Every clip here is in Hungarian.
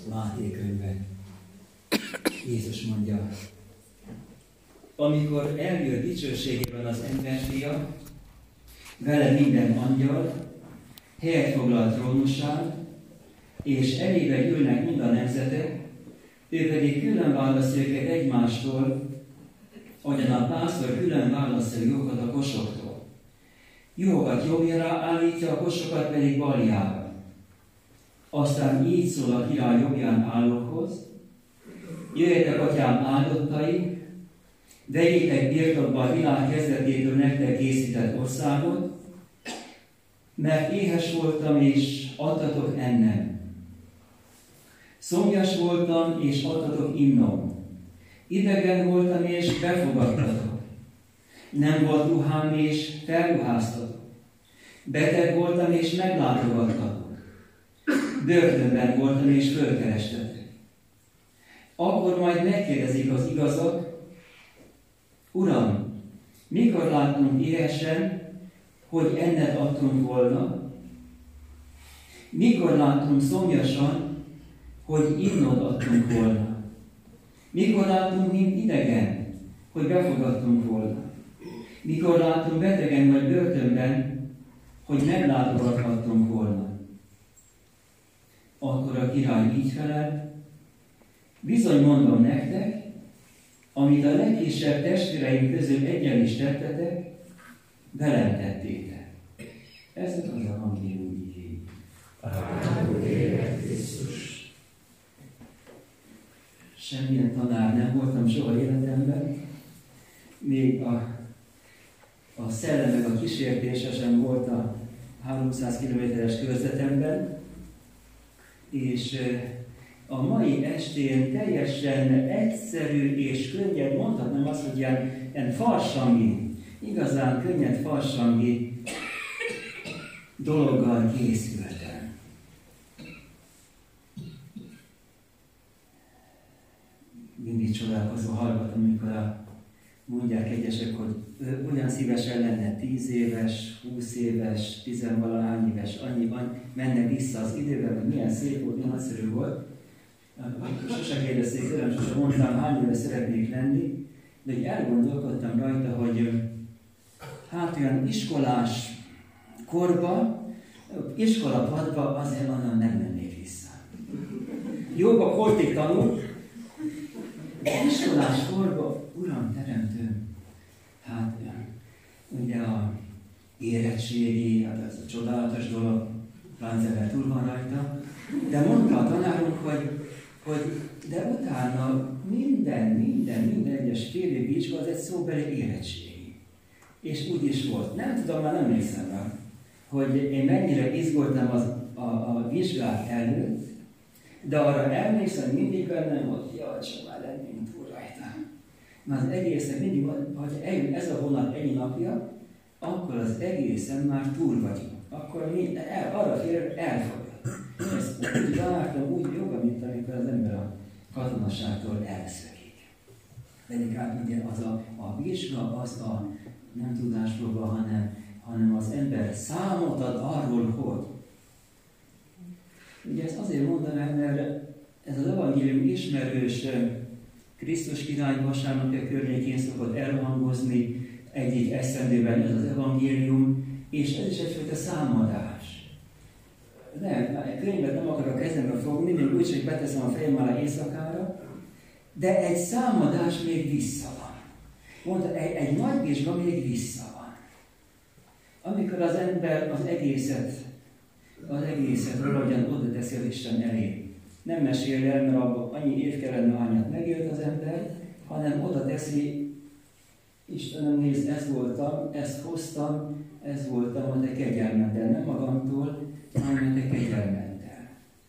Máté könyve. Jézus mondja, amikor eljön dicsőségében az emberfia, vele minden angyal, helyet foglal trónusán, és elébe ülnek mind a nemzetek, ő pedig külön választ őket egymástól, ahogyan a pásztor külön választja jókat a kosoktól. Jókat jobbjára állítja, a kosokat pedig baljára. Aztán így szól a király jobbján állókhoz: jöjjetek, atyám áldottai, vegyétek birtokba a világ kezdetétől nektek készített országot, mert éhes voltam, és adtatok ennem. Szomjas voltam, és adtatok innom. Idegen voltam, és befogadtatok. Nem volt ruhám, és felruháztatok. Beteg voltam, és meglátogattatok. Börtönben voltam, és fölkerestetek. Akkor majd megkérdezik az igazak: Uram, mikor láttunk éhesen, hogy ennet adtunk volna? Mikor láttunk szomjasan, hogy innod adtunk volna? Mikor láttunk, mint idegen, hogy befogadtunk volna? Mikor láttunk betegen vagy börtönben, hogy meglátogathattunk volna? Akkor a király így felel: bizony mondom nektek, amit a legkisebb testvéreim közül egyen is tettetek, velem tettétek. Ez az evangélium igény. Semmilyen tanár nem voltam soha életemben, még a szellem meg a kísértése sem volt a 300 kilométeres körzetemben, és a mai estén teljesen egyszerű és könnyed, mondhatnám azt, hogy ilyen farsangi, igazán könnyed farsangi dologgal készültem. Mindig csodálkozva hallgatom, amikor mondják egyesek, hogy olyan szívesen lenne 10 éves, 20 éves, 10-valahány éves, annyi menne vissza az időben, hogy milyen szép volt, milyen nagyszerű volt. Sose kérdezték tőlem, sose mondtam, hány éve szeretnék lenni, de így elgondolkodtam rajta, hogy hát olyan iskolás korba, iskolapadba azért onnan nem mennék vissza. Jóba koltig tanult, iskolás korba, Uram, Teremtőm, hát ugye a érettségi, hát ez a csodálatos dolog, Lánzever túl van rajta, de mondta a tanárunk, hogy de utána minden egyes félévi vizsga az egy szóbeli érettségi. És úgy is volt. Nem tudom, már nem emlékszem rá, hogy én mennyire izgultam a vizsgák előtt, de arra emlékszem, hogy mindig bennem volt, jaj, csak már lennénk túl rajta. Mert az egésznek mindig, hogy eljön ez a hónap egy napja, akkor az egészen már túl vagyunk. Akkor arra fél, elfogad. Ezt úgy vártam, úgy joga, mint amikor az ember a katonaságtól elszökik. Pedig hát ugye az a vizsga, az a nem tudáspróba, hanem az ember számot ad arról, hogy. Ugye ezt azért mondanám, mert ez az evangélium ismerős, Krisztus király vasárnapja környékén szokott elhangozni egyik eszendőben ez az evangélium, és ez is egyfajta számadás. Nem, egy könyvet nem akarok kezembe fogni, még úgy, hogy beteszem a fejem alá éjszakára, de egy számadás még vissza van. Mondta, egy nagy vizsga még vissza van. Amikor az ember az egészet valahogyan oda teszi az Isten elé. Nem mesél el, mert abban annyi év kellene, hányat megélt az ember, hanem oda teszi: Istenem, nézd, ez voltam, ezt hoztam, ez voltam a te kegyelmeddel, nem magamtól, hanem a te kegyelmeddel.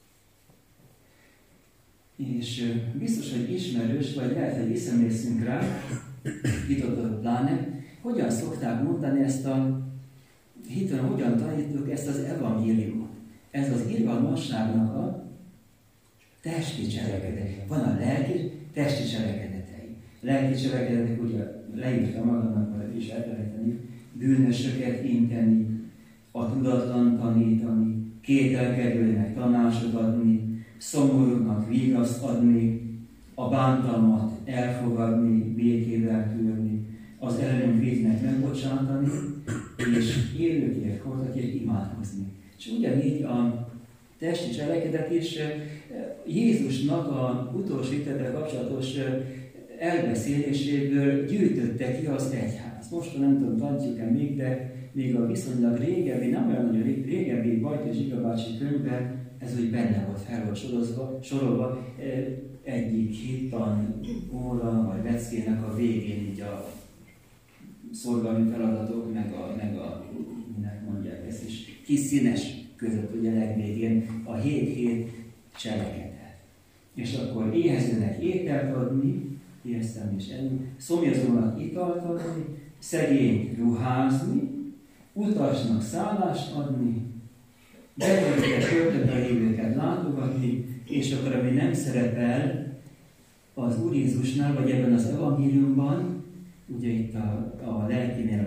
És biztos, hogy ismerős, vagy lehet, hogy visszamészünk rá, hitottak pláne, hogyan szokták mondani ezt a hiten, hogyan tanítok ezt az evangéliumot. Ez az irgalmasságnak a testi cselekedete. Van a lelki, testi cselekedetei. Lelki cselekedetek, ugye leírta magamnak, vagy is elfelejteni, bűnösöket inteni, a tudatlan tanítani, kételkedőnek tanácsot adni, szomorúnak vigaszt adni, a bántalmat elfogadni, békével tűrni, az ellenünk vétnek megbocsátani, és élőkért, holtakért imádkozni. És ugyanígy a testi cselekedet is Jézusnak a utolsó hitettel kapcsolatos elbeszéléséből gyűjtötte ki az egyház. Most nem tudom, tudjuk-e még, de még a viszonylag régebbi, nem olyan nagyon régebbi Bajt és Zsiga bácsi könyvben ez úgy benne volt fel volt sorolva egyik hittan óra vagy leckének a végén, így a szorgalmi feladatok, meg a minek mondják ezt is, kis színes között ugye legvégén a 7 cselekedet. És akkor éhezőnek ételt adni, éheztem is enni, szomjazónak italt adni, szegényt ruházni, utasnak szállást adni, betegeket, költökben lévőket látogatni, és akkor, ami nem szerepel az Úr Jézusnál, vagy ebben az evangéliumban, ugye itt a lelkinél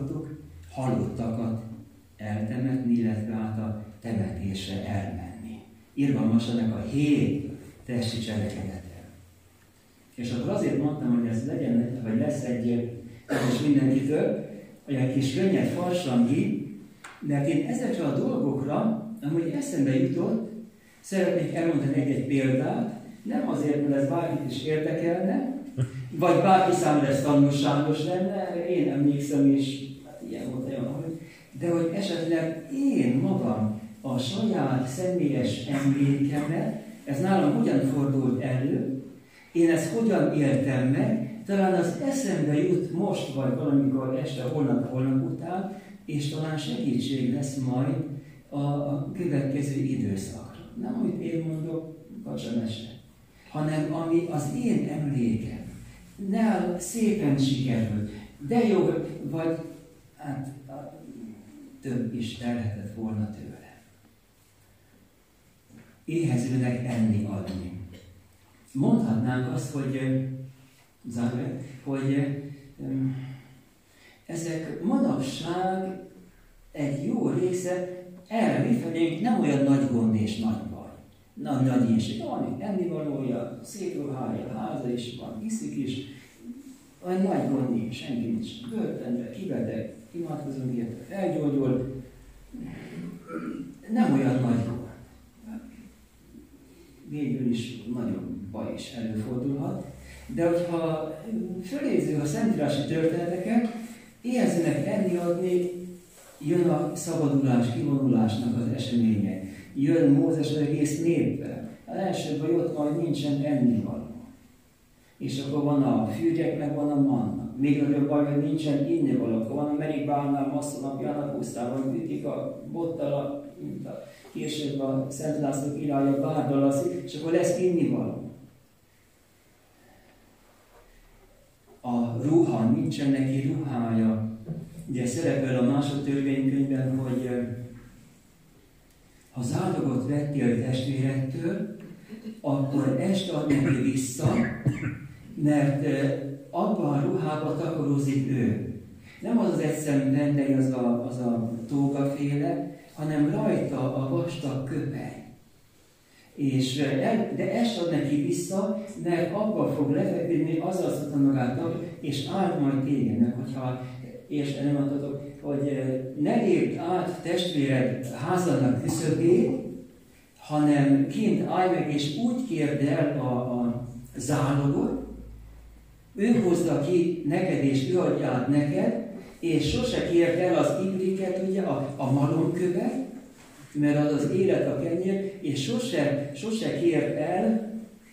halottakat eltemetni, illetve hát a temetésre elmenni. Irgalmasanak a 7 testi cselekedete. És akkor azért mondtam, hogy ez legyen, vagy lesz egy, és mindenkitől, olyan kis könnyed farsangi, mert én ezekre a dolgokra, amúgy eszembe jutott, szeretnék elmondani egy példát, nem azért, mert ez bárkit is érdekelne, vagy bárki számára ez tanulságos lenne, én emlékszem, és hát ilyen volt olyan, de hogy esetleg én magam a saját személyes emlékemet, ez nálam hogyan fordult elő, én ezt hogyan éltem meg, talán az eszembe jut most, vagy valamikor este, holnap után, és talán segítség lesz majd a következő időszakra. Nem, amit én mondok, kacsamese, hanem ami az én emlékem. Ne szépen sikerült, de jó, vagy hát több is elhetett volna tőle. Éhezőnek enni adni. Mondhatnánk azt, hogy ezek manapság egy jó része erre mifelénk nem olyan nagy gond és nagy baj. Nagy ínség. Van itt ennivalója, szép ruhája, háza is van, iszik is. Olyan nagy gond nincs, senki nincs. Börtönbe, kibeteg, imádkozunk érte, felgyógyul. Nem olyan nagy gond. Végül is nagyon baj is előfordulhat. De hogyha fölézzük a szentírási történeteket, éhezőnek enni adni, jön a szabadulás, kivonulásnak az eseménye. Jön Mózes az egész néppel. Az első baj ott van, hogy nincsen ennivaló. És akkor van a fűrjek, meg van a manna. Még nagyobb baj, hogy nincsen innivaló. Akkor van a meribálnál, masszonapján a pusztában ütik a bottal, mint a később a Szent László királya bárdalaszik, és akkor lesz innivaló. A ruha, nincsen neki ruhája. Ugye szerepel a második törvénykönyvben, hogy ha záldogot vettél testvérettől, akkor est ad neki vissza, mert abban a ruhában takarózik ő. Nem az egyszerű rendei, az a tógaféle, hanem rajta a vastag köpeny. De est ad neki vissza, mert abban fog lefeküdni, azzal szokta magát, és áld majd téged, hogyha és nem mondhatok, hogy ne lépd át testvéred házának küszöbét, hanem kint állj meg, és úgy kérd el a zálogot, ő hozza ki neked, és ő adja át neked, és sose kérd el az ibriket, ugye, a malomkövet, mert az az élet a kenyér, és sose kérd el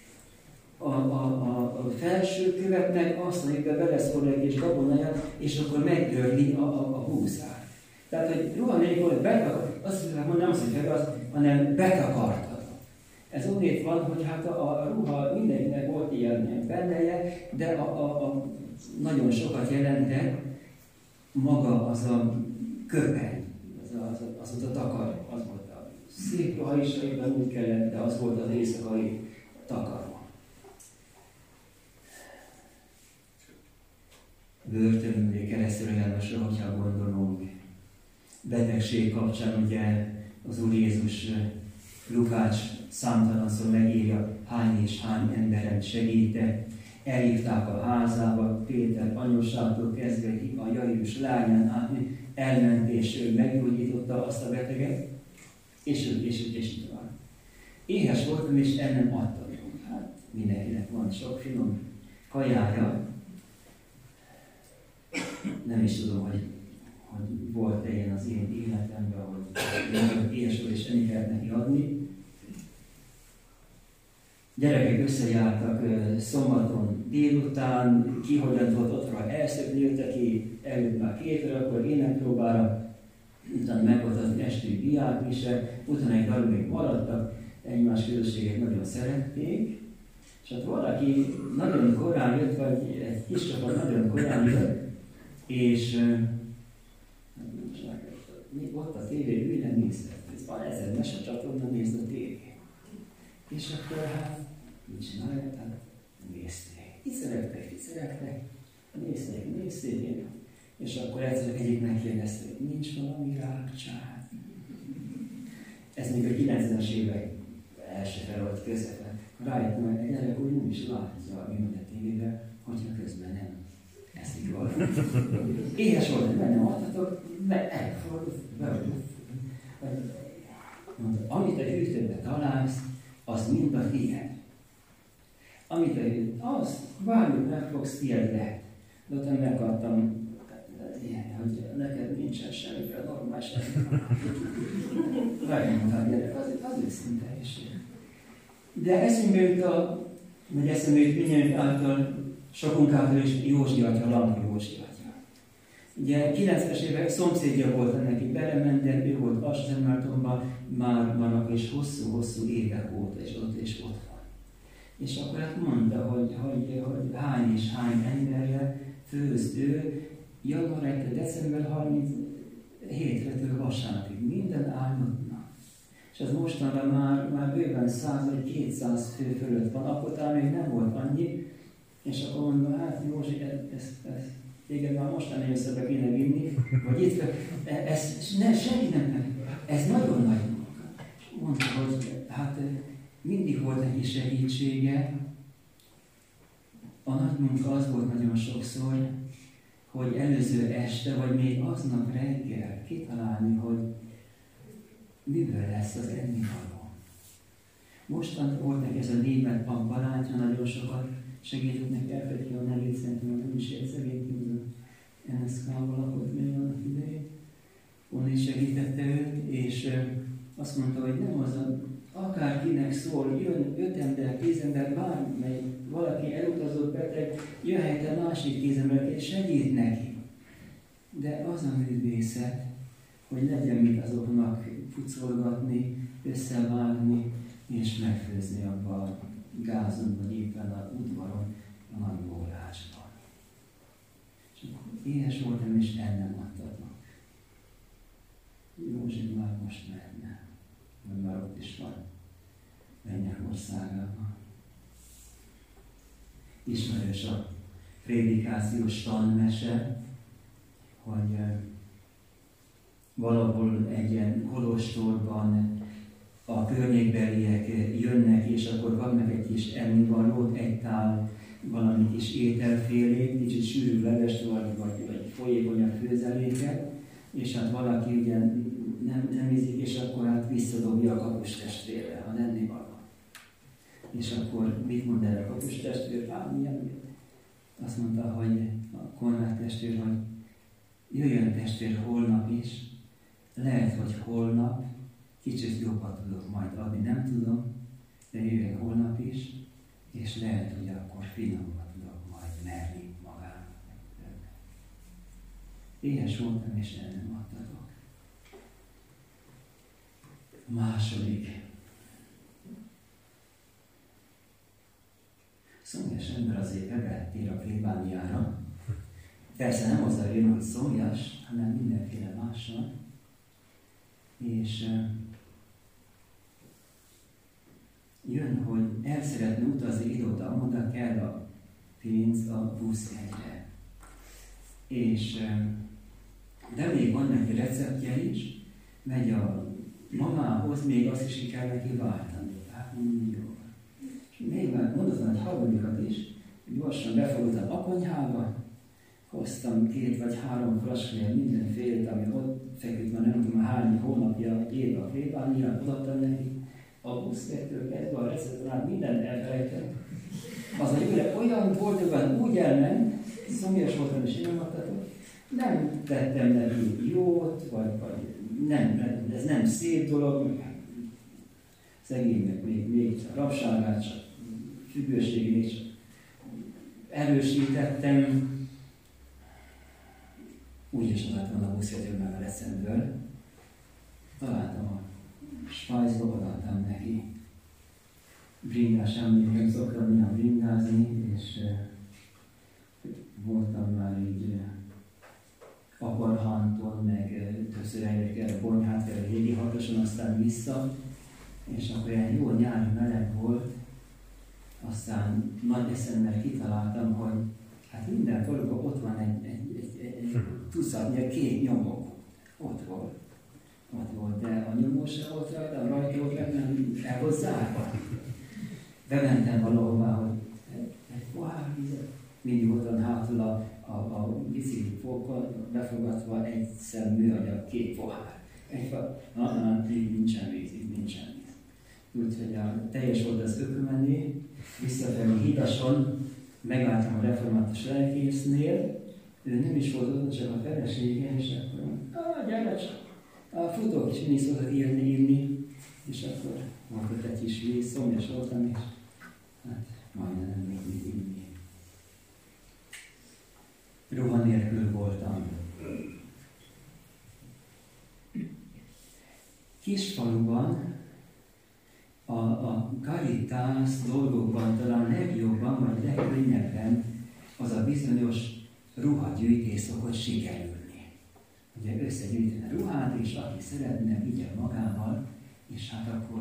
a felső követnek azt, amiben beleszorul egy kis gabonáját, és akkor megdörli a húszát. Tehát, hogy ruha nélkül azt nem azt mondja, hanem betakartad. Ez onnét van, hogy hát a ruha mindenkinek volt ilyen benneje, de nagyon sokat jelentett maga az a köpeny, az a takar, az volt a szép ruha is, amiben úgy kellett, de az volt az éjszakai takar. Börtönünknél keresztül Jánosra, hogyha gondolunk, betegség kapcsán ugye az Úr Jézus Lukács számtalanszor megírja, hány és hány emberen segített. Elhívták a házába, Péter anyósától kezdve a Jairus lányán át, elment és ő meggyógyította azt a beteget, és így tovább. Éhes voltam, és el nem adtam. Hát mindenkinek van sok finom kajája. Nem is tudom, hogy volt-e ilyen az én életemben, hogy éhes és ennyit kellett neki adni. Gyerekek összejártak szombaton délután, ki hogyan volt otthonra elszökni, jöttek ki előtt már 2 óra, akkor énekkróbára, utána meg volt az esti diákmise, utána egy darabig maradtak, egymás közösséget nagyon szerették, és hát valaki nagyon korán jött, vagy egy kis csapat nagyon korán jött, és ott a tévé ülne, nézte. Ez van 1000 mesecsatorna, nézd a tévét. És akkor hát, mit csinálják? Hát nézték. Itt szerettek, nézték. És akkor egyszer egyik megkérdezte, hogy nincs valami rákcsát. Ez még a 90-es évek első fel volt közvetlen. Rájött meg, egy gyerek úgy nem is látja a tévében, hogyha közben nem eszik valamit. Éhes volt, hogy nem adhatok, mert elfordult, mondta, amit a hűtőben találsz, az mind a tiéd. Amit a hűtőben, azt bármit meg fogsz, tiéd lehet. De ott én megkaptam, hogy neked nincsen semmiféle normális. Rájönnek a gyerek, az őszinte is. De eszembe jut mindjárt által, sokunk által is Józsi atya, Lampi Józsi atya. Ugye 90-es évek szomszédja volt neki, belement, de ő volt Aszenmártonban, már akkor is hosszú évek óta, és ott van. És akkor hát mondta, hogy hány és hány emberre főz ő, január 1. december 37-től vasárnapig, minden áldott nap. És az mostanra már bőven 100 vagy 200 fő fölött van, akkor talán még nem volt annyi, és akkor mondom, hát Józsi, téged már mostan először be kéne vinni, vagy itt, senki nem, ez nagyon nagy munka. Mondta, hogy hát mindig volt neki segítsége, a nagy munka az volt nagyon sokszor, hogy előző este, vagy még aznap reggel kitalálni, hogy miből lesz az ennivaló. Mostan volt neki ez a német pap barátja, nagyon sokat segített neki, elfelejteni a nevét, szerintem nem is egy szegény, NSZK-val lakott még annak idején. Onnan is segítette őt, és azt mondta, hogy nem az akárkinek szól, jön 5 ember, 10 ember, bármely valaki elutazott beteg, jöhet a másik 10 ember, és segít neki. De az a művészet, hogy legyen mit azoknak pucolgatni, összevágni, és megfőzni abban a gázon, vagy éppen az udvaron, a nagy bórásban. És akkor éhes voltam, és el nem adtatok. Józsi már most menne, vagy már ott is van, mennyek országában. Ismerős a prédikációs tanmese, hogy valahol egy ilyen kolostorban a környékbeliek jönnek, és akkor kapnak egy kis ennivalót, egy tál valami kis ételfélét, kicsit sűrű levest, vagy folyékonyabb főzeléket, és hát valaki ugye nem ízik, és akkor hát visszadobja a kapustestvérre, ha ennivaló. És akkor mit mond el a kapustestvér? Milyen? Azt mondta, hogy a Konrád testvér, hogy jöjjön testvér holnap is, lehet, hogy holnap kicsit jobban tudok majd adni, nem tudom, de jöjjön holnap is, és lehet, hogy akkor finomban tudok majd merni magának. Éhes voltam, és el nem adtatok. Második. Szomjas ember azért bevettél a plébániára. Persze nem azzal jön, hogy szomjas, hanem mindenféle mással. És jön, hogy el szeretne utazni ide-oda, kell a pénz a buszjegyre. És de még van neki receptje is, megy a mamához még azt is ki kell neki váltani. Hát mondom, jó. És még már mondottam egy harmadikat is, gyorsan befordultam a konyhába, hoztam 2 vagy 3 flaskája mindenfélét, ami ott feküdt már nem tudom hány hónapja, éve a plébániát, odaadtam neki, augusztus 2-től kezdve a recepten át mindent elfelejtett. Az a jövőre olyan volt, hogy úgy elment, szomjas voltam és nyomattatok, nem tettem neki jót, vagy nem, ez nem szép dolog, szegénynek még csak rabságát, csak függőségét még csak erősítettem. Úgyis adtam a buszját meg a recemből. Találtam a spájzba, odaadtam neki. Bringás emlékem, szoktam néha bringázni, és voltam már így Aparhanton, meg többször eljött el a Bonyhát, el a régi hatoson, aztán vissza, és akkor ilyen jó nyári meleg volt, aztán nagy eszemmel kitaláltam, hogy hát minden faluban ott van egy tucatnyi, 2 nyomok. Ott volt, de a nyomó se volt rajta, a rajta volt, mert nem el volt zárva. Bementem valahová, hogy egy pohár vizet, mindig ott van hátul a bicikli fokkal, befogadva egy szem műanyag, 2 pohár. Így nincsen víz, így nincsen víz. Úgyhogy teljes volt az ökömenő, visszafelé hidason, megálltam a református lelkésznél, ő nem is volt ott, csak a felesége, és akkor gyere csak, a futók is mindig szoktak írni, és akkor volt ott egy kis víz, szomjas voltam, és hát majdnem nem volt mit inni. Ruha nélkül voltam. Kisfaluban a Caritas dolgokban talán legjobban vagy legkönnyebben az a bizonyos ruhagyűjtés szokott sikerülni. Ugye összegyűjtene ruhát, és aki szeretne, vigye magával, és hát akkor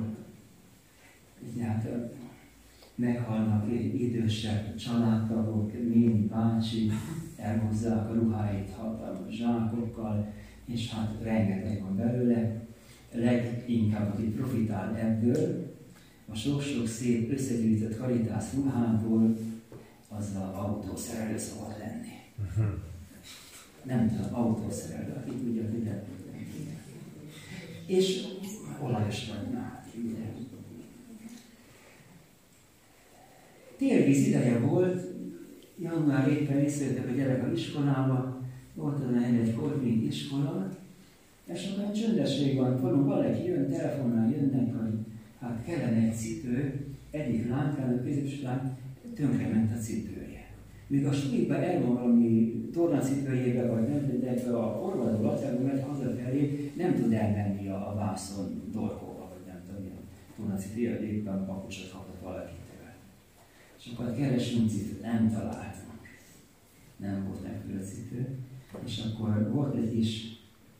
meghalnak idősebb családtagok, néni, bácsi, elhozzák a ruháit hatalmas zsákokkal, és hát rengeteg van belőle. Leginkább, aki profitál ebből, a sok-sok szép összegyűjtött Caritas ruhából, az az autószerelő szokott lenni. Nem tudom, autószerelő, aki tudja, hogy és olajos vagy már, ugye. Télvíz ideje volt, január éppen visszajöttek a gyerek az iskolába, volt az egy korvin iskola, és akkor csöndesség van, valaki jön, telefonnal jönnek, hogy hát kellene egy cipő, egyik lánykának, középiskolán tönkrement a cipője. Míg a suliba el van valami tornacipőjébe, vagy nem, de ebbe a orvadó latyába megy hazafelé, nem tud elmenni a vászon dolgokba, vagy nem tudom, a tornacipője, hogy éppen papucsot kapott valakitől. És akkor keresünk cipőt, nem találtunk. Nem volt megfelelő cipő. És akkor volt egy kis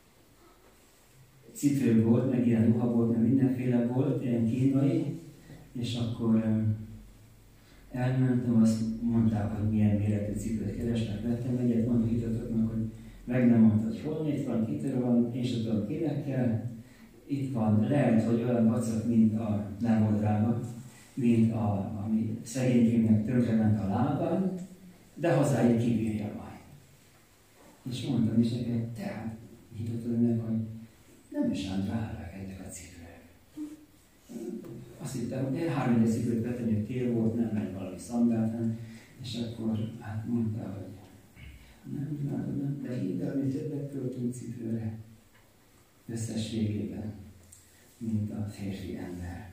cipő volt, meg ilyen ruha volt, meg mindenféle volt, ilyen kínai, és akkor elmentem, azt mondták, hogy milyen méretű cipőt keresnek, vettem egyet, mondta hitatoknak, hogy meg nem mondta, hogy hol, itt van, kitől van, én sem tudom, kinek kell. Itt van, lehet, hogy olyan vacak, mint a nem volt drága, mint ami szegénykének tönkrement a lábán, de hazáig kibírja majd. És mondtam is neki, tehát hitatod meg, hogy nem is ám drágák ezek a cipők. Azt hittem, hogy 3-4 cipőt vettem, hogy tél volt, nem megy valami szangátán, és akkor hát mondta, hogy nem, de hidd el, hogy többet költünk cipőre összességében, mint a férfi ember.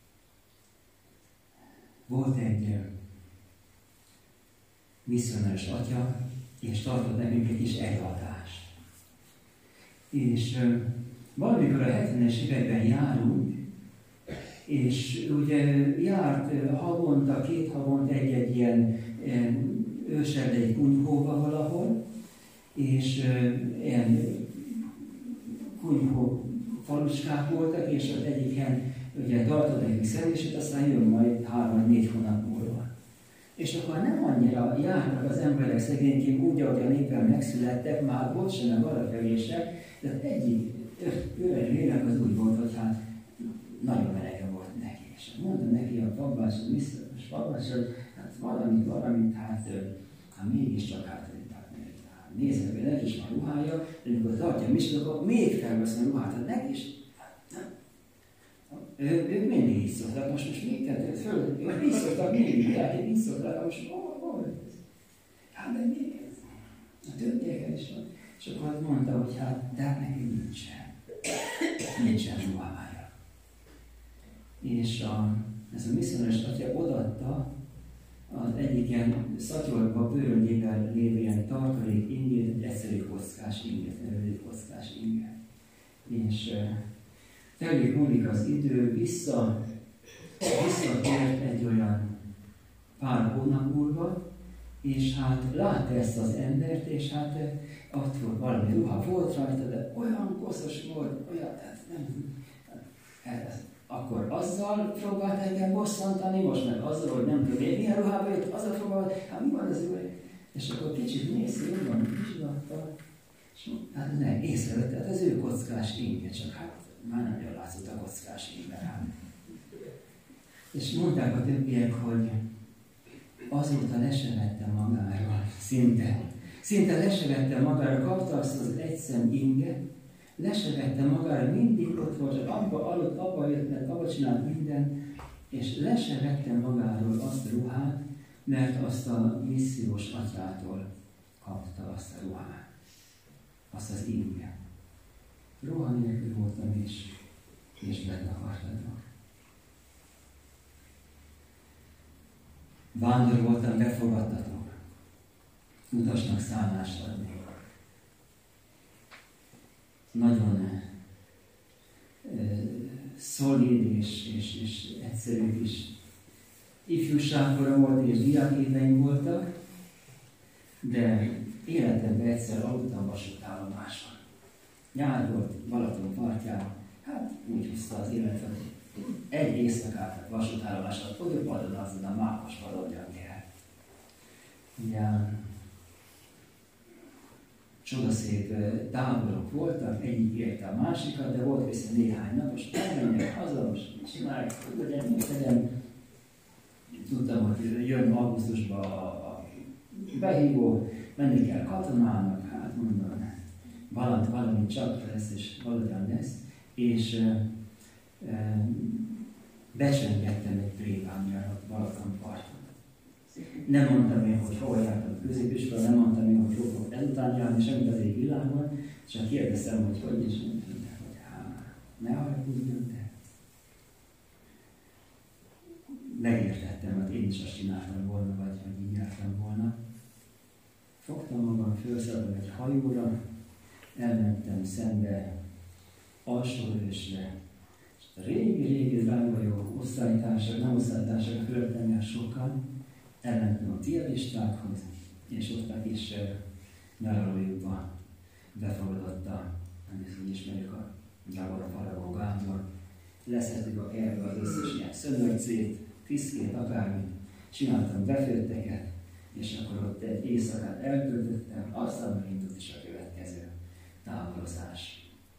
Volt egy misszionáris atya, és tartott nekünk egy kis előadást. És valamikor a 70-es években járunk, és ugye járt havonta, 2 havonta egy ilyen őserdei kunyhóba valahol, és ilyen kunyhó faluskák voltak, és ott egyiken ugye tartott egy szemését, aztán jön majd 3-4 hónap múlva. És akkor nem annyira járnak az emberek szegényként úgy, ahogy a népen megszülettek, már volt sem meg arra felések, de egyik öreg lélek az úgy volt, hogy hát nagyon melege volt neki. És mondta neki a papás, a biztos papás, hogy hát valamit, hát mégiscsak nézve, hogy neki is van ruhája, de amikor tartja a misét, akkor még felveszem a ruhát, hát neki is. Ők mindig így szoktak, most még tettett föl, vagy így szoktak mindig, tehát így szoktak, most hol ez? Hát de még ez? A többieken is van. És akkor mondta, hogy hát, de hát neki nincsen ruhája. És ez a misszionáris atya odaadta az egyik ilyen szatyorba, bőröndében lévő ilyen tartalék ingét, egy egyszerű kockás inget. És teljük múlik az idő, visszatért egy olyan pár hónap múlva, és hát látta ezt az embert, és hát ott volt valami ruha volt rajta, de olyan koszos volt, olyan, akkor azzal próbált engem bosszantani, most meg azzal, hogy nem tudom, milyen ruhába jött, azzal próbált, hát mi van az ő? És akkor kicsit nézve, jobban vizsgatta, és hát nem, észrevette, hát az ő kockás inge, csak hát már nem jól látszott a kockás inge rám. És mondták a többiek, hogy azóta le se vette magáról, szinte le se vette magára, kapta azt az egyszem inget, le se vette magára, mindig ott volt, abba aludt, abba jött, mert abba csinált mindent, és le se vette magáról azt a ruhát, mert azt a missziós atyától kapta azt a ruhát, azt az inget. Ruha nélkül voltam és betakartadva. Vándor voltam, befogadtatok. Utasnak szállást adni. Nagyon szolid és egyszerű is. Ifjúságkorom volt és diákéveim voltak, de életemben egyszer aludtam vasútállomáson. Nyár volt, Balaton partján, hát úgy húzta az élet, hogy egy éjszakát vasútállomásra, hogy padon azon a mákos padon kell. Ilyen csodaszép táborok voltak, egyik érte a másikat, de volt vissza néhány nap, és elmenjek haza, és csinálják, hogy tudtam, hogy jön augusztusban a behívó, menni kell katonának, hát mondom, valami csak lesz, és valahogyan lesz, és becsöngettem egy plébániára a Balaton parton. Nem mondtam én, hogy hol jártam a középiskola, nem mondtam én, hogy hol fog ezután járni, semmit az ég világon, csak kérdeztem, hogy és mondtam, hogy ne haragudjon, de megértettem, hogy én is azt csináltam volna, vagy így jártam volna. Fogtam magam, felszaladtam egy hajóra, elmentem szembe Alsóvörösre, és a régi drága jó osztálytársak, nem osztálytársak, fölöttem el sokan, elmentem a tiadistákhoz, és ott a kis nyaralójukban befogadotta, amit ismerjük a Gábor, a Faragó Gábor, leszettük erről az összes ilyen szömörcét, fiszkét, akármit, csináltam befőtteket, és akkor ott egy éjszakát eltöltöttem, aztán megindult is a következő táborozás.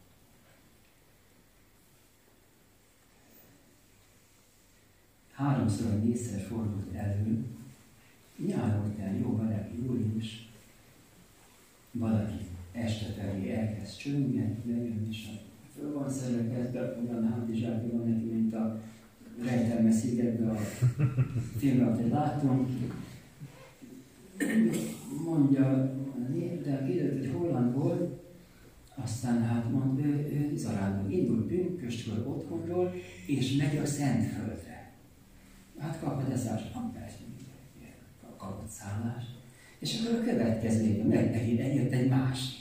Háromszor vagy négyszer fordult elő, nyár volt el, jó meleg július, valaki este felé elkezd csöngetni, bejön, és föl van szerekezve, olyan hátizsákja van neki, mint a Rejtelme szigetben a filmben, amit látom. Mondja, de kérdezett, hogy holland volt, aztán hát mond, ő Zaránból indul Pünköstről, otthonról, és megy a Szentföldre. Hát kapott szállást, persze, kapott szállást. És akkor a következő évben megjött egy másik.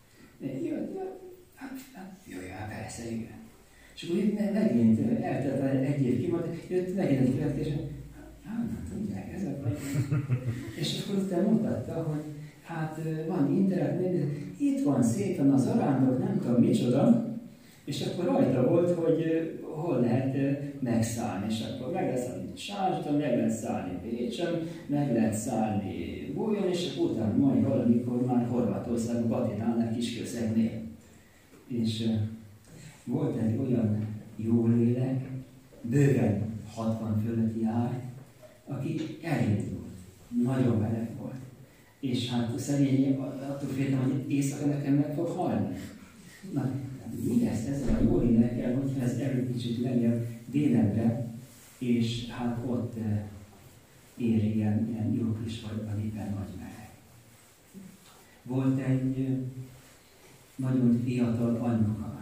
Hát jöjjön, persze, igen. És akkor megint eltelt egy év kimaradt, jött megint egy következő, hát nem tudják, ezek vagy. És akkor utána mutatta, hogy hát van internet, itt van szépen az arándok, nem tudom micsoda, és akkor rajta volt, hogy hol lehet megszállni, és akkor meg lehet szállni Sásdon, meg lehet szállni Bécsen, meg lehet szállni Bólyon, és akkor utána majd valamikor már Horvátországban, Batinánál, Kiskőszegnél. És volt egy olyan jó lélek, bőven 60 fölötti járt, aki elindult, nagyon meleg volt. És hát szegény attól féltem, hogy éjszaka nekem meg fog halni. Na, mi lesz ezzel a jó lélekkel, hogyha ez erről kicsit lejjebb délebre, és hát ott ér ilyen jó kis vagy éppen nagy meleg. Volt egy nagyon fiatal anyuka.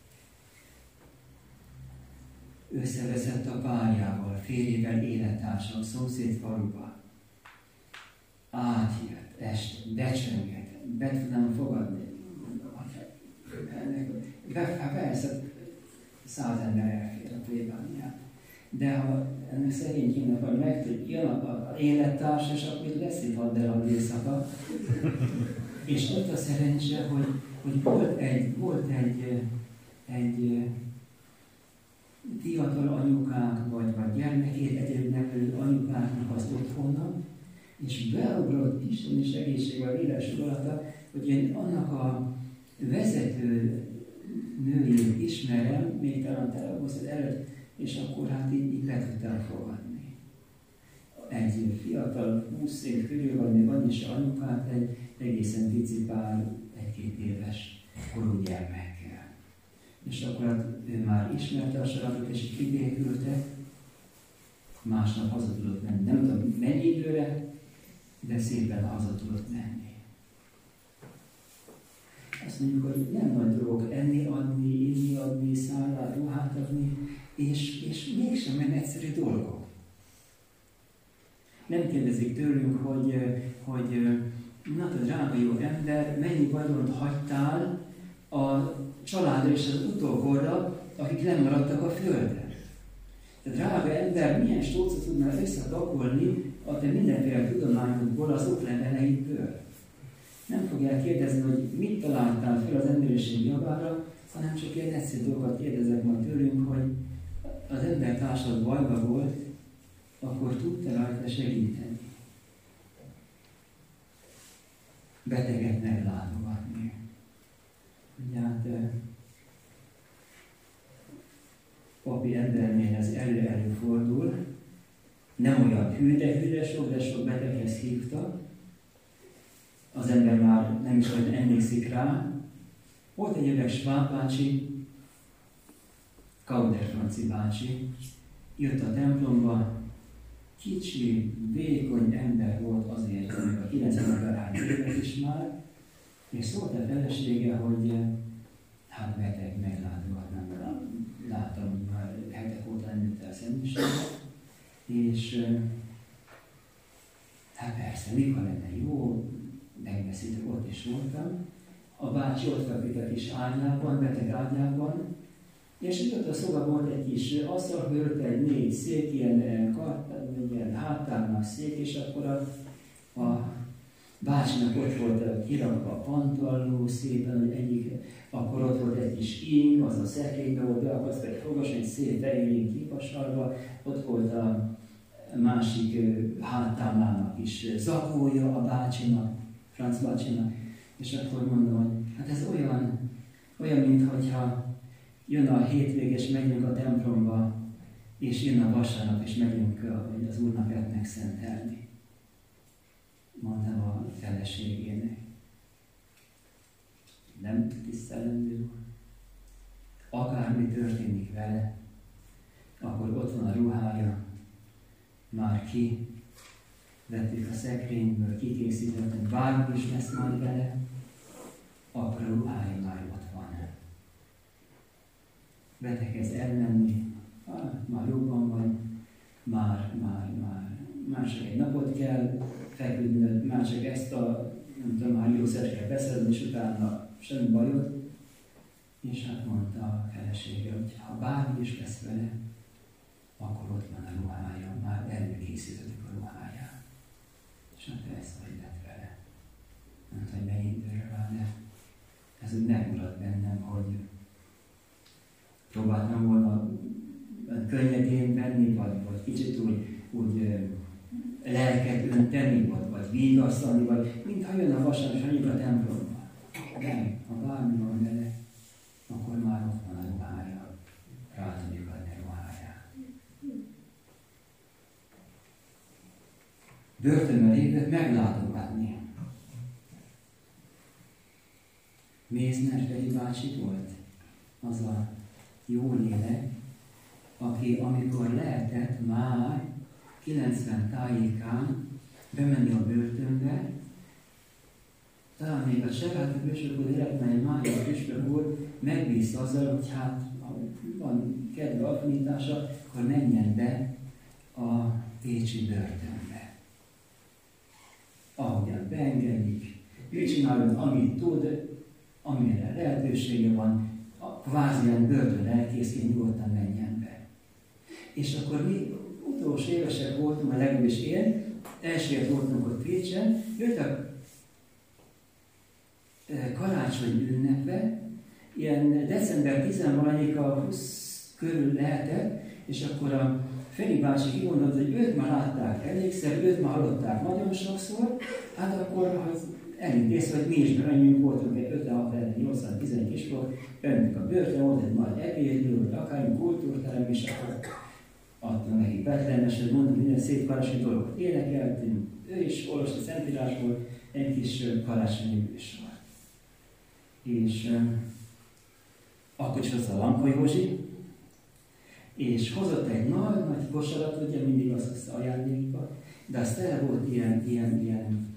Összeveszett a párjával, férjével, élettársal, szomszéd faluba. Átjött, este, becsönget, be tudnám fogadni. Hát persze, 100 ember elfér a plébániát. De ha ennek szegénykének, hogy jön a élettárs, és akkor lesz itt haddelag éjszaka. És ott a szerencse, hogy volt egy fiatal anyukák, vagy gyermekét egyedül nevelő anyukáknak az otthona, és beugrott Isteni segítségvel éles urata, hogy én annak a vezető nőjét ismerem, még talán telefosztod előtt, és akkor hát így le tudtam fogadni. Egy fiatal, 20 év körül, vagy még annyi se anyukát, egy egészen picipál, 1-2 éves korú gyermekkel. És akkor hát ő már ismerte a saratot, és így kibékültek. Másnap haza tudott menni. Nem tudom mennyi időre, de szépen haza tudott menni. Azt mondjuk, hogy nem nagy dolog enni, adni, inni, adni, szállát, ruhát adni, és mégsem olyan egyszerű dolgok. Nem kérdezik tőlünk, hogy na, te drága jó ember, mennyi vagyont hagytál a családra és az utókorra, akik nem maradtak a földön. Te drága ember, milyen stócot tudnál összepakolni a te mindenféle tudományodból, az okleveleidből. Nem fogják kérdezni, hogy mit találtál fel az emberiség javára, hanem csak ilyen egyszerű dolgokat kérdezek majd tőlünk, hogy az embertársad bajba volt, akkor tudta rajta segíteni. Beteget meglátogatni. Ugye hát papi embernél ez előfordul, nem olyan hű, de sok beteghez hívtak. Az ember már nem is olyan emlékszik rá. Volt egy öreg Schwab bácsi, Kauder Franci bácsi, jött a templomba, kicsi, vékony ember volt azért, hogy a 90 éves is már, és szólt a felesége, hogy hát beteg meglátogatnám, láttam, hogy már hetek óta nem el szentmiséget, és hát persze, mikor lenne jó, megbeszéltek, ott is voltam. A bácsi ott feküdt a kis ágyában, beteg ágyában, és itt a szoba volt egy kis asztal, fölött egy 4 szék, ilyen háttárnak szék, és akkor a bácsinak ott volt kirakva a pantalló szépen, hogy egyik, akkor ott volt egy kis ing, az a szekrénybe volt beakasztva egy fogas, egy szép fehér kipasalva, ott volt a másik háttámlának is zakója a bácsinak, Franc bácsinak, és akkor mondom, hogy hát ez olyan mintha jön a hétvég, és megyünk a templomba, és jön a vasárnap, és megyünk az Úrnapját megszentelni. Mondtam a feleségének. Nem tisztelendő. Akármi történik vele, akkor ott van a ruhája, már ki, vettük a szekrényből, kikészítettük, bármi is lesz majd vele, akkor a ruhája már ott van. Betegez elmenni, már jobban van, már csak egy napot kell feküdnöd, már csak ezt a, nem tudom, már jószert kell beszedni, és utána semmi bajod. És hát mondta a felesége, hogy ha bármi is lesz vele, akkor ott van a ruhája, már előkészítettük a ruháját. És hát ez vagy lett vele. Nem tudom, hogy mennyi időre van, de ez úgy megmaradt bennem, hogy próbáltam volna könnyedén venni, vagy kicsit úgy lelket önteni, vagy vigasztani, vagy mintha jön a vasárnap, és anyjuk a templomba. Nem, ha bármi van vele, akkor már ott van a ruhája, rá tudjuk adni a ruháját. Börtönben lévőt meglátogatni. Mézner Feri bácsi volt az a jó lélek, aki amikor lehetett már 90 tájékán bemenni a börtönbe, talán még a Cseráti püspök úr életben egy másik püspök úr megbízta azzal, hogy hát, ha van kedve affinitása, akkor menjen be a pécsi börtönbe. Ahogyan beengedik, ő csináljon, amit tud, amire lehetősége van, kvázi ilyen börtön elkészként nyugodtan menjen be. És akkor mi utolsó évesek voltunk, a legalábbis én, elsőért voltunk ott Pécsen, jött a karácsony ünnepbe, ilyen december 10-valadika 20 körül lehetett, és akkor a Feri bácsi kimondott, hogy őt már látták elégszer, őt már hallották nagyon sokszor, hát akkor elintéz, hogy mi is menjünk, voltunk egy 56-80-11 kiskorok, bentünk a börtön, volt egy nagy ebédlő, vagy akármi kultúrterem, és akkor adtam neki Betlehemes, hogy mondom, minden szép karácsonyi dolgot énekeltünk, ő is olvasta a Szentírásból, egy kis karácsonyi műsor. És akkor is hozta a Lampa Józsi, és hozott egy nagy kosarat, ugye mindig azt hozta ajándékba, de az tele volt ilyen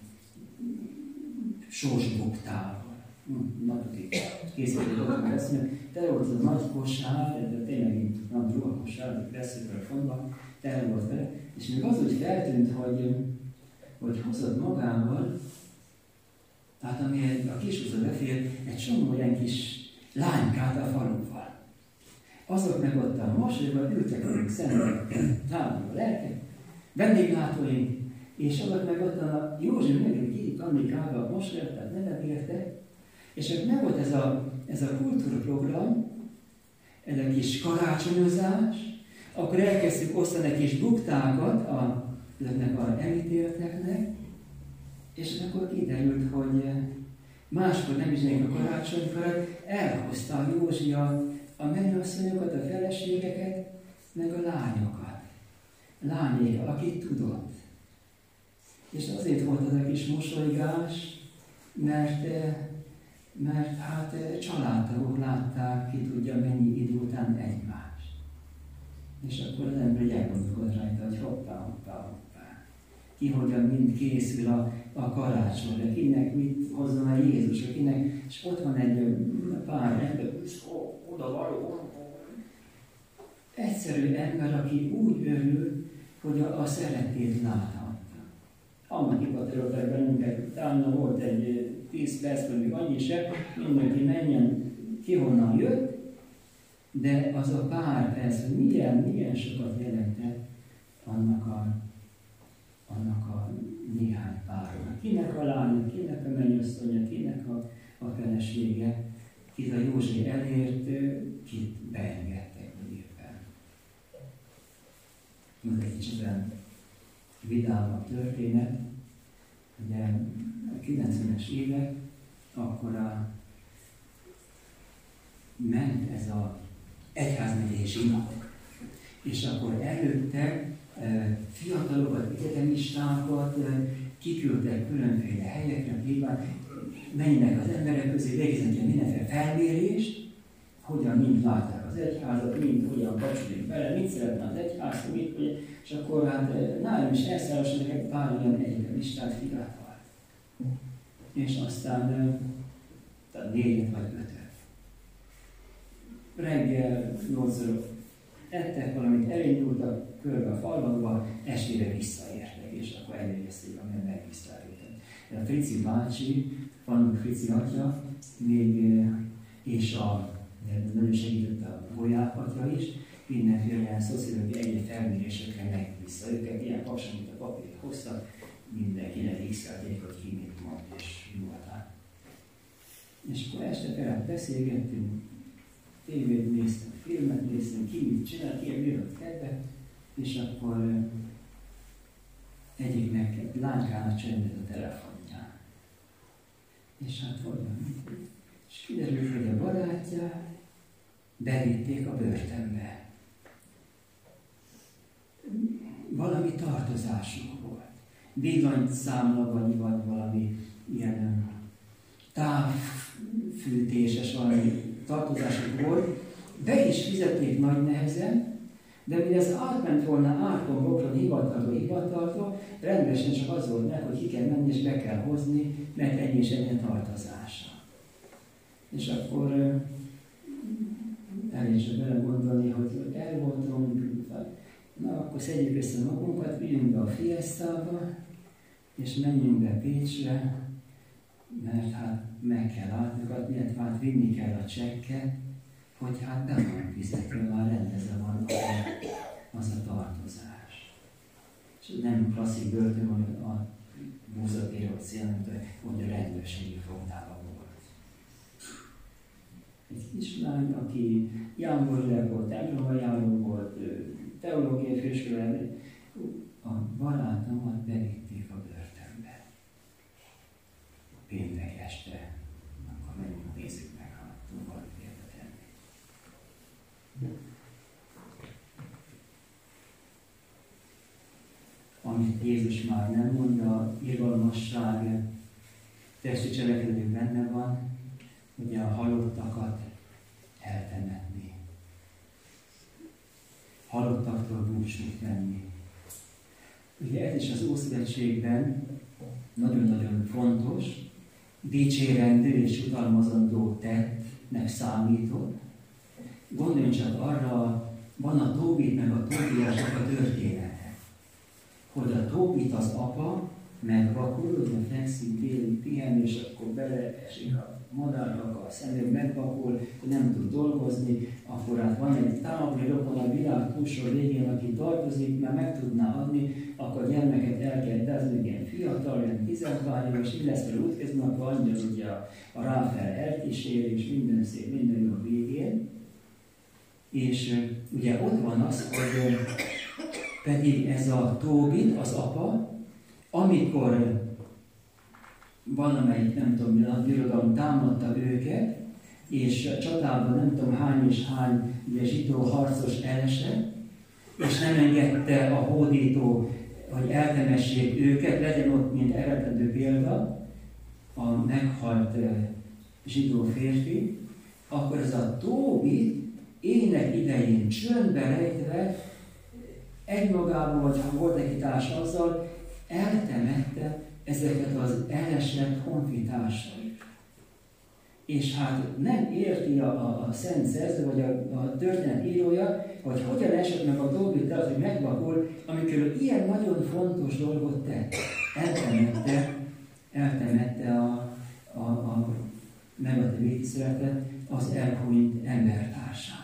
sósbuktával. Napokig készített dolgokat beszélni. Tele volt az a nagy kosár, de tényleg nagy ruhakosár, veszőkről fonva, tele volt vele, és még az úgy feltűnt, hogy hozott magával, tehát ami a kisúszó befér, egy csomó olyan kis lánykát a faluval. Azok meg ott a mosolyban ültek, akik szentek, távolba lelkek, vendéglátóink, és azok meg ott a Józsi meg két Annikába a mosolyt, tehát nevegéltek, és ott meg volt ez a kultúrprogram, ez a kis karácsonyozás, akkor elkezdtük osztani egy kis buktákat ezeknek a elítélteknek, és akkor kiderült, hogy máskor nem is a karácsonykarat, elhozta a Józsi a mennyasszonyokat, a feleségeket, meg a lányokat. Lányéka, akit tudott. És azért volt az a kis mosolygás, mert hát családtagok látták, ki tudja mennyi idő után egymást. És akkor az ember elgondolkod rajta, hogy hoppá. Ki hogyan mind készül a karácsonyra, kinek mit hozzon a Jézus, kinek, és ott van egy pár ember, oda való, egyszerű ember, aki úgy örül, hogy a szeretét láthatta. Annak hivatalolták bennünket, utána volt egy 10 perc, vagy még annyi se, mindenki menjen ki honnan jött, de az a pár perc, hogy milyen sokat jelentett annak a néhány párnak. Kinek a lánya, kinek a mennyasszonya, kinek a felesége, kit a Józsi elért, kit beengedtek éppen. Ez egy kicsit vidámabb történet. Ugye a 90-es évek, akkor ment ez a egyházmegyei zsinat. És akkor előtte fiatalokat, egyetemistákat kiküldtek különféle helyekre, menjenek az emberek közé, végeznek mindenféle felmérést, hogyan mind látják az egyházat, mind hogyan kapcsolódik bele, mit szeretne az egyház, és akkor hát nálam is elszállosanak egy pár olyan egyetemistát fiatalt. És aztán 4 vagy 5. Reggel 8-ra ettek valamit, elindultak körbe a falvakba, estére visszaértek, és akkor elvégezték, amilyen megbízták őket. A Frici bácsi, Fanni Frici atya, és nagyon segített a Bolyák atya is, mindenféle ilyen szociológiai egyéb felmérésekre megbízta őket, ilyen paksan, mint a papírt hoztak, mindenkinek x-elték, hogy ki mit mond, és nyugodtan. És akkor este felett beszélgettünk, tévét néztem, filmet néztem, ki mit csinál, ki miért kedve, és akkor egyiknek lánykának csendett a telefonján. És hát hogyan? És kiderült, hogy a barátját bevitték a börtönbe. Valami tartozásuk volt. Villanyszámla vagy valami ilyen távfűtéses valami tartozásuk volt. Be is fizették nagy nehezen, de mire ez átment volna árkon, bokron, hivatalba, rendesen csak az volt meg, hogy ki kell menni és be kell hozni, mert ennyi és ennyi tartozása. És akkor elég csak bele gondolni, hogy el voltunk, na akkor szedjük össze magunkat, vigyünk be a Fiestába, és menjünk be Pécsre, mert hát meg kell látogatni, hát vinni kell a csekket, hogy hát be van fizetve, már rendezve van az a tartozás. És nem klasszik börtön, hogy a búzatérő cél, hogy a rendőrségi fogdában volt. Egy kislány, aki jámbor volt, templomajáró volt, teológiai főiskolában, a barátomat bevitték a börtönbe. Péntek este, akkor menjünk, nézzük meg, ha tudunk félre tenni. Amit Jézus már nem mond, a irgalmasság testi cselekedő benne van, ugye a halottakat eltemetni. Halottaktól búcsút venni. Ugye ez is az Ószövetségben nagyon-nagyon fontos, dicsérendő és jutalmazandó tettnek számított. Gondoljunk csak arra, van a Tóbit meg a Tóbiásnak a története. Hogy a Tóbit az apa megvakul, ugye fekszik, déli, pihen, és akkor beleesik a madárnak a szemünk, megvakul, hogy nem tud dolgozni, akkor hát van egy távoli rokon a világ túlsó végén, aki tartozik, mert meg tudná adni, akkor a gyermeket el kell dezni, ilyen fiatal, ilyen 13 éves, így lesz fel útkezni, akkor annyira ugye a Ráfel elkísér, és minden szép, minden jó a végén. És ugye ott van az, hogy pedig ez a Tóbit, az apa, amikor valamelyik, nem tudom, a birodalom támadta őket, és csatában nem tudom hány és hány ugye, zsidó harcos elesett, és nem engedte a hódító, hogy eltemessék őket, legyen ott, mint eredendő példa, a meghalt zsidó férfi, akkor ez a Tóbit ének idején csöndbe rejtve, egymagában, vagy ha volt neki társ azzal, eltemette ezeket az elesett honfitársait. És hát nem érti a szent szerző, vagy a történet írója, hogy hogyan esett meg a Tóbit az, hogy megvakul, amikor ilyen nagyon fontos dolgot tett. Eltemette a negatív ítéletet az elhunyt embertársán.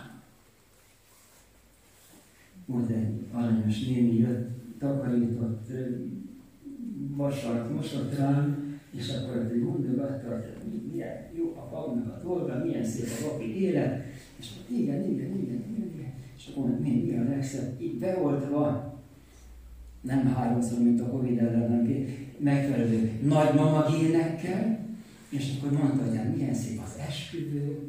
Volt egy aranyos néni, jött, takarított, vasart mosott rám, és akkor mondogatta, hogy milyen jó a papnak a dolga, milyen szép a papi élet, és igen. És akkor mi a legszebb, itt beoltva, nem háromszor, mint a Covid ellen, hanem megfelelő nagymama génekkel, és akkor mondta, hogy milyen szép az esküvő,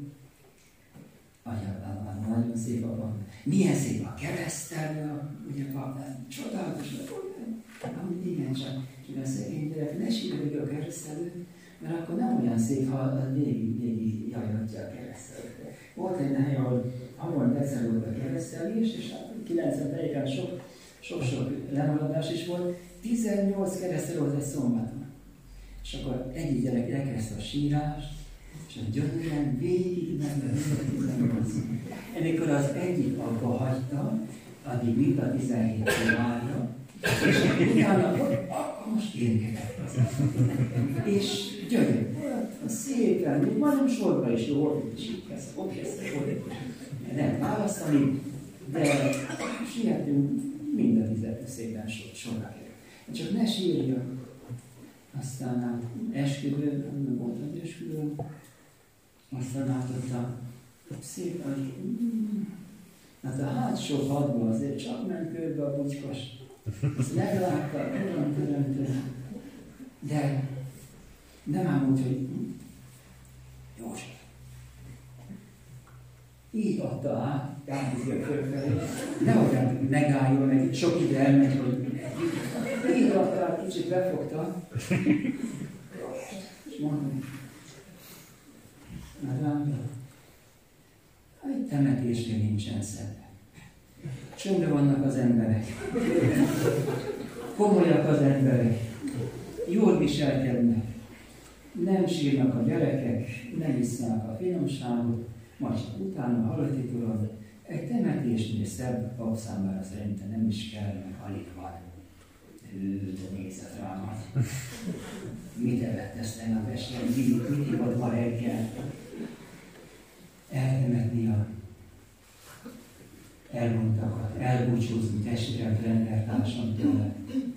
nagyon szép a pap, milyen szép a keresztelő, ugye pap, csodálatos, amit igen, csak a szegény gyerek, ne sírjuk a keresztelőt, mert akkor nem olyan szép, ha a végig jajhatja a keresztelőt. Volt egy hely, ahol havonta egyszer volt a keresztelés, és 90-ben sok-sok lemaradás is volt, 18 keresztelő volt egy szombaton. És akkor egyik gyerek elkezdte a sírást, és a gyönyörűen végig ment a 18. Amikor az egyik abba hagyta, addig mind a 17 várja, és utána akkor most érkezett az. És gyönyörű volt, szépen, még majdnem sorba is jó volt, és így kezdte, nem választani, de sietünk, mind a 15 szépen sorra kerül. Csak ne sírja. Aztán hát esküvő, volt az esküvő, aztán ott a szép, hát a hátsó padban azért csak ment körbe a bucskos. Azt meglátta, olyan teremtő, de nem ám úgy, hogy József. így adta át, Gábor fölfelé, nehogy megálljon, meg sok ide elmegy, hogy így adta át, kicsit befogta, és mondom, na drága, egy temetésnél nincsen szebb. Csöndben vannak az emberek, komolyak az emberek, jól viselkednek, nem sírnak a gyerekek, nem isznak a finomságot, majd csak utána hallati tudod, egy temetésnél szebb pap számára szerintem nem is kell, meg alig van. De nézett rám, mit evett ezt tegnap este, mit ivott ma reggel? Eltemetni a elmondtakat, elbúcsúzni testvéremtől, embertársamtól.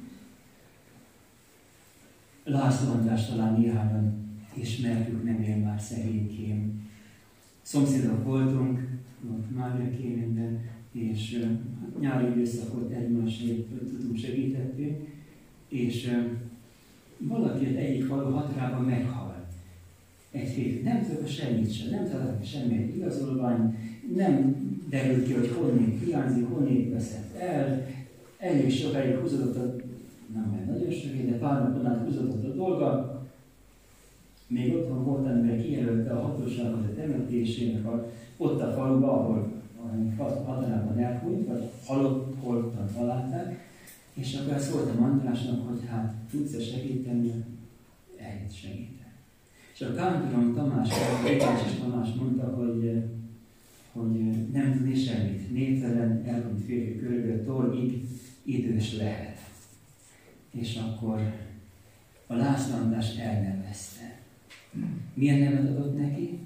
László András talán néhányan ismertük, nem él már szegénykém. Szomszédok voltunk, ott Mária Kéményben, és nyári időszakot egymásért tudunk segítettünk, és valaki egyik falu határában meghalt. Egy férfi, nem tudok semmit sem, nem találtak semmilyen igazolvány, nem derült ki, hogy honnét hiányzik, honnét veszett el, elég sokáig húzódott nem mert nagyon sokáig, de pár napon át húzódott a dolga. Még otthon volt, amivel kijelölte a hatósághoz a temetésének, ott a faluban, ahol határában elhúnyt, vagy halottan találták, és akkor ezt szóltam Andrásnak, hogy hát tudsz-e segíteni, eljött segíteni. És a kántorom Tamás, Tamás mondta, hogy nem tudni semmit. Névtelen, elhunyt férfi körülbelül torgig idős lehet. És akkor a László András elnevezte. Milyen nevet adott neki?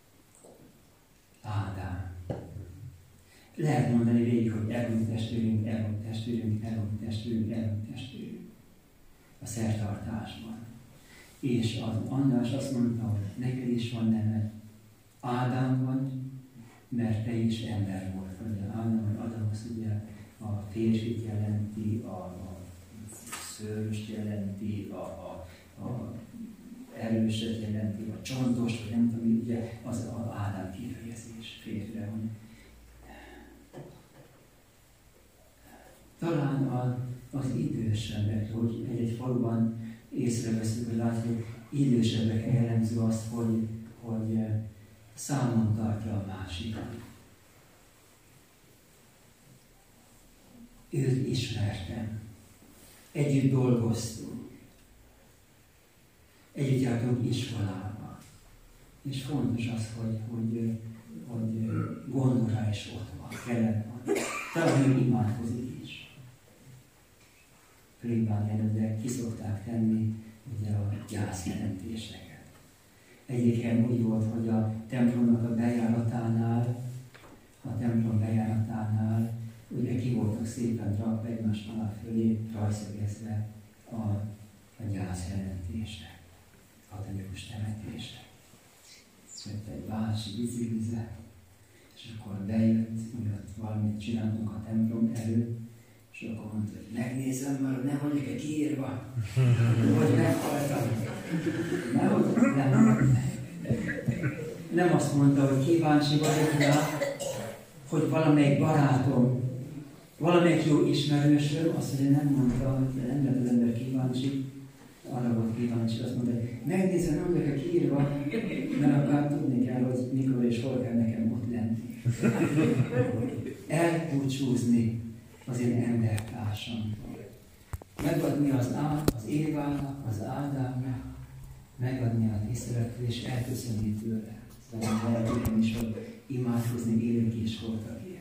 Ádám. Lehet mondani végig, hogy elhunyt testvérünk, elhunyt testvérünk, elhunyt testvérünk, elhunyt testvérünk. A szertartásban. És az András azt mondta, hogy neked is van neved. Ádám vagy, mert te is ember volt. Ádám vagy Adamosz ugye a férfit jelenti, a szőröst jelenti, a erőset jelenti, a csontos, vagy nem tudom, ugye az Ádám kifejezés férfire van. Talán az idősebbek, hogy egy faluban észreveszünk, hogy látjuk, idősebbek jellemző azt, hogy számon tartja a másikat. Őt ismertem. Együtt dolgoztunk. Együtt jártunk iskolába. És fontos az, hogy gondol rá is ott van, kellett van. Talán még imádkozik is. Plébán jelenleg ki szokták tenni ugye a gyászjelentéseket. Egyik helyen úgy volt, hogy a templomnak a templom bejáratánál ugye ki voltak szépen rakva egymás alá fölé, rajszögezve a gyászjelentések, katolikus temetések. Jött egy városi biciklize, és akkor bejött, miatt valamit csináltunk a templom előtt, és akkor mondta, hogy megnézem már, hogy nem vagyok-e kiírva, hogy meghaltam. Nem azt mondta, hogy kíváncsi vagyok rá, hogy valamelyik barátom, valamelyik jó ismerősöm, azt mondja, nem mondta, hogy nem lett az ember kíváncsi, arra volt kíváncsi, azt mondta, hogy megnézem, nem vagyok-e kiírva, mert akár tudni kell, hogy mikor és hol kell nekem ott lenni. Elbúcsúzni az én embertársamtól. Megadni az Évának, az Ádámnak, megadni a tiszteletet és elköszönni tőle. Szóval lehetően is, hogy imádkozni élők is voltakért.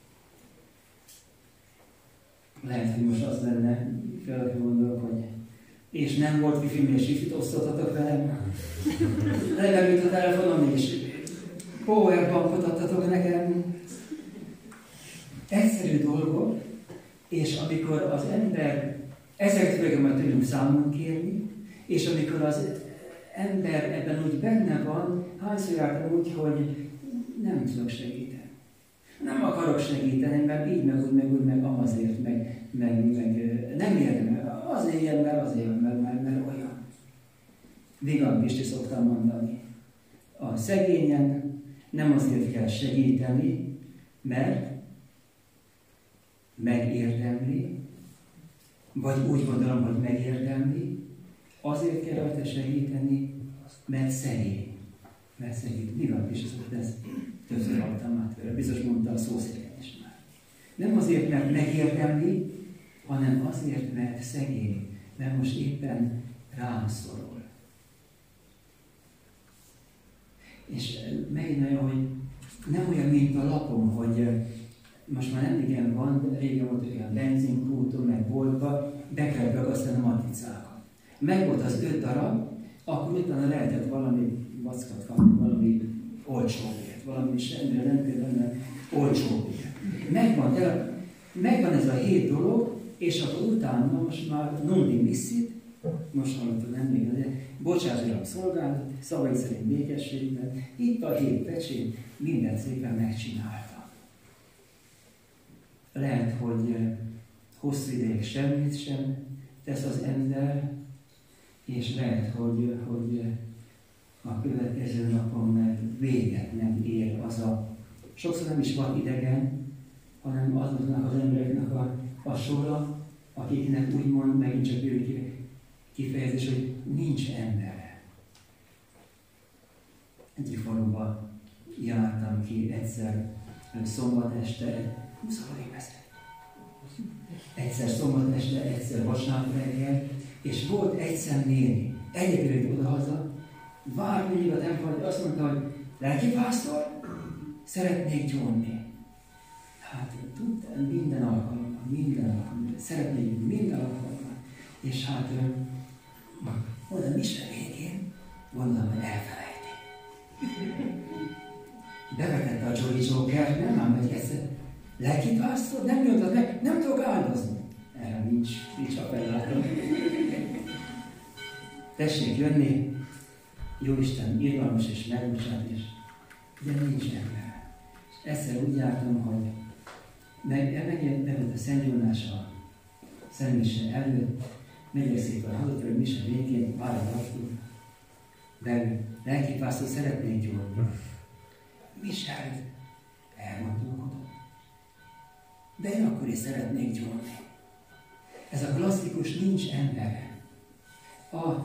Lehet, hogy most az lenne, fel gondolok, hogy és nem volt wifi-m és wifi-t osztottatok velem. Legalább a telefonom is. Powerbankot adtatok nekem. Egyszerű dolgok, és amikor az ember, ezeket fogja majd tudjunk számon kérni, és amikor az ember ebben úgy benne van, hányszor jártam úgy, hogy nem tudok segíteni. Nem akarok segíteni, mert így, meg úgy, meg azért, meg nem érdemel. Azért ilyen, mert olyan. Vigand Pisti szoktam mondani. A szegényen Nem azért kell segíteni, mert megérdemli, vagy úgy gondolom, hogy megérdemli, azért kell rajta segíteni, mert szegény. Mert szegény. Mi van, és ezt többször hallottam már tőle, biztos mondta a szószéken is már. Nem azért, mert megérdemli, hanem azért, mert szegény, mert most éppen rám szorul. És megint olyan, hogy nem olyan, mint a lapom, hogy most már nem igen van, régen volt olyan benzinkúton, meg boltba, be kell ragasztani a matricákat. Meg volt az 5 darab, akkor utána lehetett valami vackat kapni, valami olcsóbbért, valami semmire nem például olcsóbbért. Megvan ez a 7 dolog, és akkor utána most már nundi misszit, most hallottam nem még, de bocsáss a szolgálat, szavai szerint békességben, itt a 7 pecsét, mindent szépen megcsináltam. Lehet, hogy hosszú ideig semmit sem tesz az ember, és lehet, hogy a következő napon meg véget nem ér az a, sokszor nem is van idegen, hanem azoknak az embereknek a sora, akiknek úgymond megint csak ő kifejezés, hogy nincs embere. Egyik faluba jártam ki egyszer szombat este, egyszer szombat este, egyszer vasárnap reggel, és volt egy szemnéni, egyébként oda-haza, várt mindig a templomban, azt mondta, hogy lelkipásztor, szeretnék gyónni. Hát tudtam minden alkalommal, szeretnék minden alkalommal. És hát oda mise végén gondolom, hogy elfelejti. Bevetette a Jolly Joker, nem ám megy egyszer. Lelkipásztor, nem nyomtad meg, nem tudok áldozni. Erre nincs appellátom. Tessék jönni, Jóisten irgalmas és megbocsát, és de nincs ember. És egyszer úgy jártam, hogy megjelent a Szent Jónás a Szentmise előtt, megyek szépen haza, hogy mise végén, válogattuk, belül, lelkipásztor, szeretnék gyónni. Mise előtt elgondolkodom. De én akkor is szeretnék gyónni. Ez a klasszikus nincs embere. A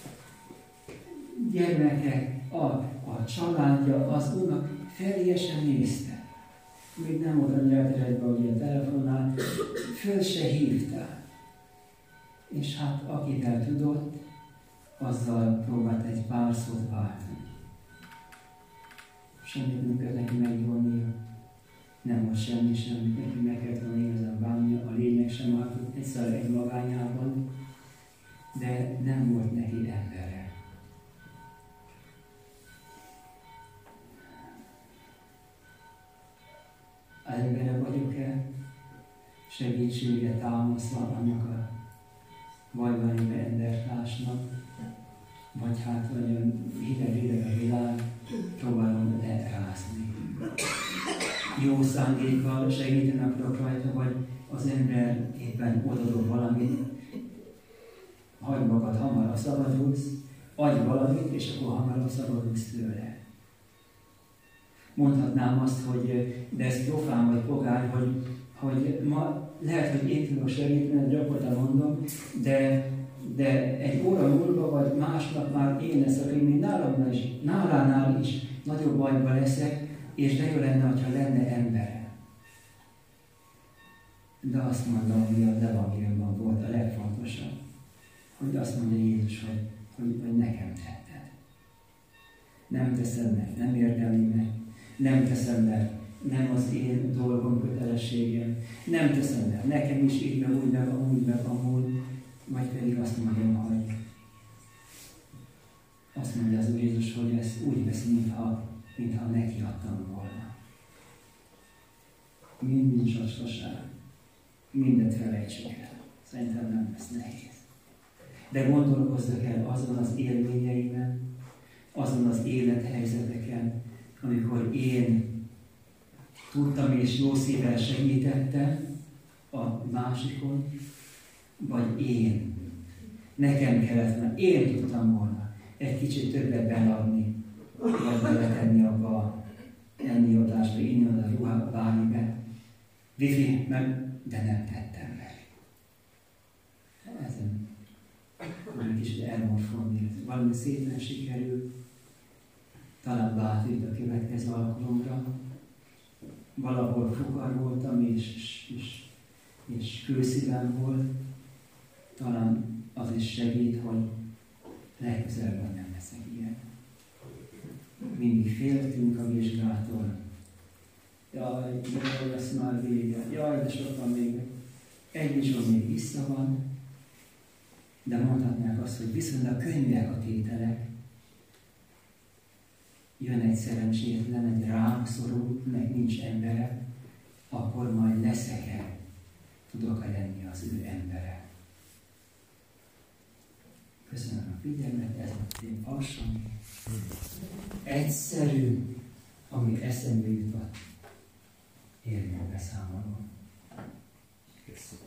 gyermekek, a családja, az Úrnak felélyesen nézte. Még nem volt a nyelvteredben, hogy a telefonnál, föl se hívtál. És hát akivel tudott, azzal próbált egy pár szót váltani. Semmit nem kell neki meggyónnia. Nem volt semmi, neki meg kellett volna igazán bánnia, a lényeg sem állt egyszer egy magányában, de nem volt neki embere. Embere vagyok-e, segítséget támaszva annak a bajban embertársnak, vagy hát olyan hideg a világ, próbálom lerázni. Jó szándékkal segíteni akarok rajta, vagy az ember éppen odadob valamit, hagyd magad, hamarabb szabadulsz, adj valamit, és akkor hamarabb szabadulsz tőle. Mondhatnám azt, hogy de ez profán vagy pogány, hogy ma lehet, hogy én tudok segíteni, gyakorlatilag mondom, de egy óra múlva, vagy másnap már én leszek, én még nálánál is nagyobb bajba leszek, és de jó lenne, ha lenne embere. De azt mondom, hogy az evangéliumban volt a legfontosabb, hogy azt mondja Jézus, hogy nekem tetted. Nem teszem meg, nem érdemli meg, nem teszem meg, nem az én dolgom, kötelességem, nem teszem meg, nekem is így, meg úgy, meg amúgy, vagy pedig azt mondom, hogy azt mondja az Úr Jézus, hogy ezt úgy vesz, mintha neki adtam volna. Mind sasvaság, mindet felejtsük el. Szerintem nem lesz nehéz. De gondolkozzak el azon az élményeimen, azon az élethelyzeteken, amikor én tudtam és jó szívvel segítettem a másikon, vagy én. Nekem kellett, mert én tudtam volna egy kicsit többet beladni, vagy beletenni abba enniadásba, inniadásba, ruhába vágni be. Wifi, de nem tettem meg. Ezen egy kis elmorfonni, valami szépen sikerül, talán bátorít a következő alkalomra. Valahol fukar voltam, és kőszívem volt, talán az is segít, hogy legközelebb nem leszek ilyen. Mindig féltünk a vizsgától. Jaj, de lesz már vége. Jaj, de sokan még. Egy vizsgón még vissza van. De mondhatnák azt, hogy viszont a könnyűek a tételek. Jön egy szerencsétlen, egy rám szorult, meg nincs embere, akkor majd leszek-e, tudok-e lenni az ő embere. Köszönöm a figyelmet, ez a én alsam. Egyszerű, ami eszembe jutott, érjen beszámolom.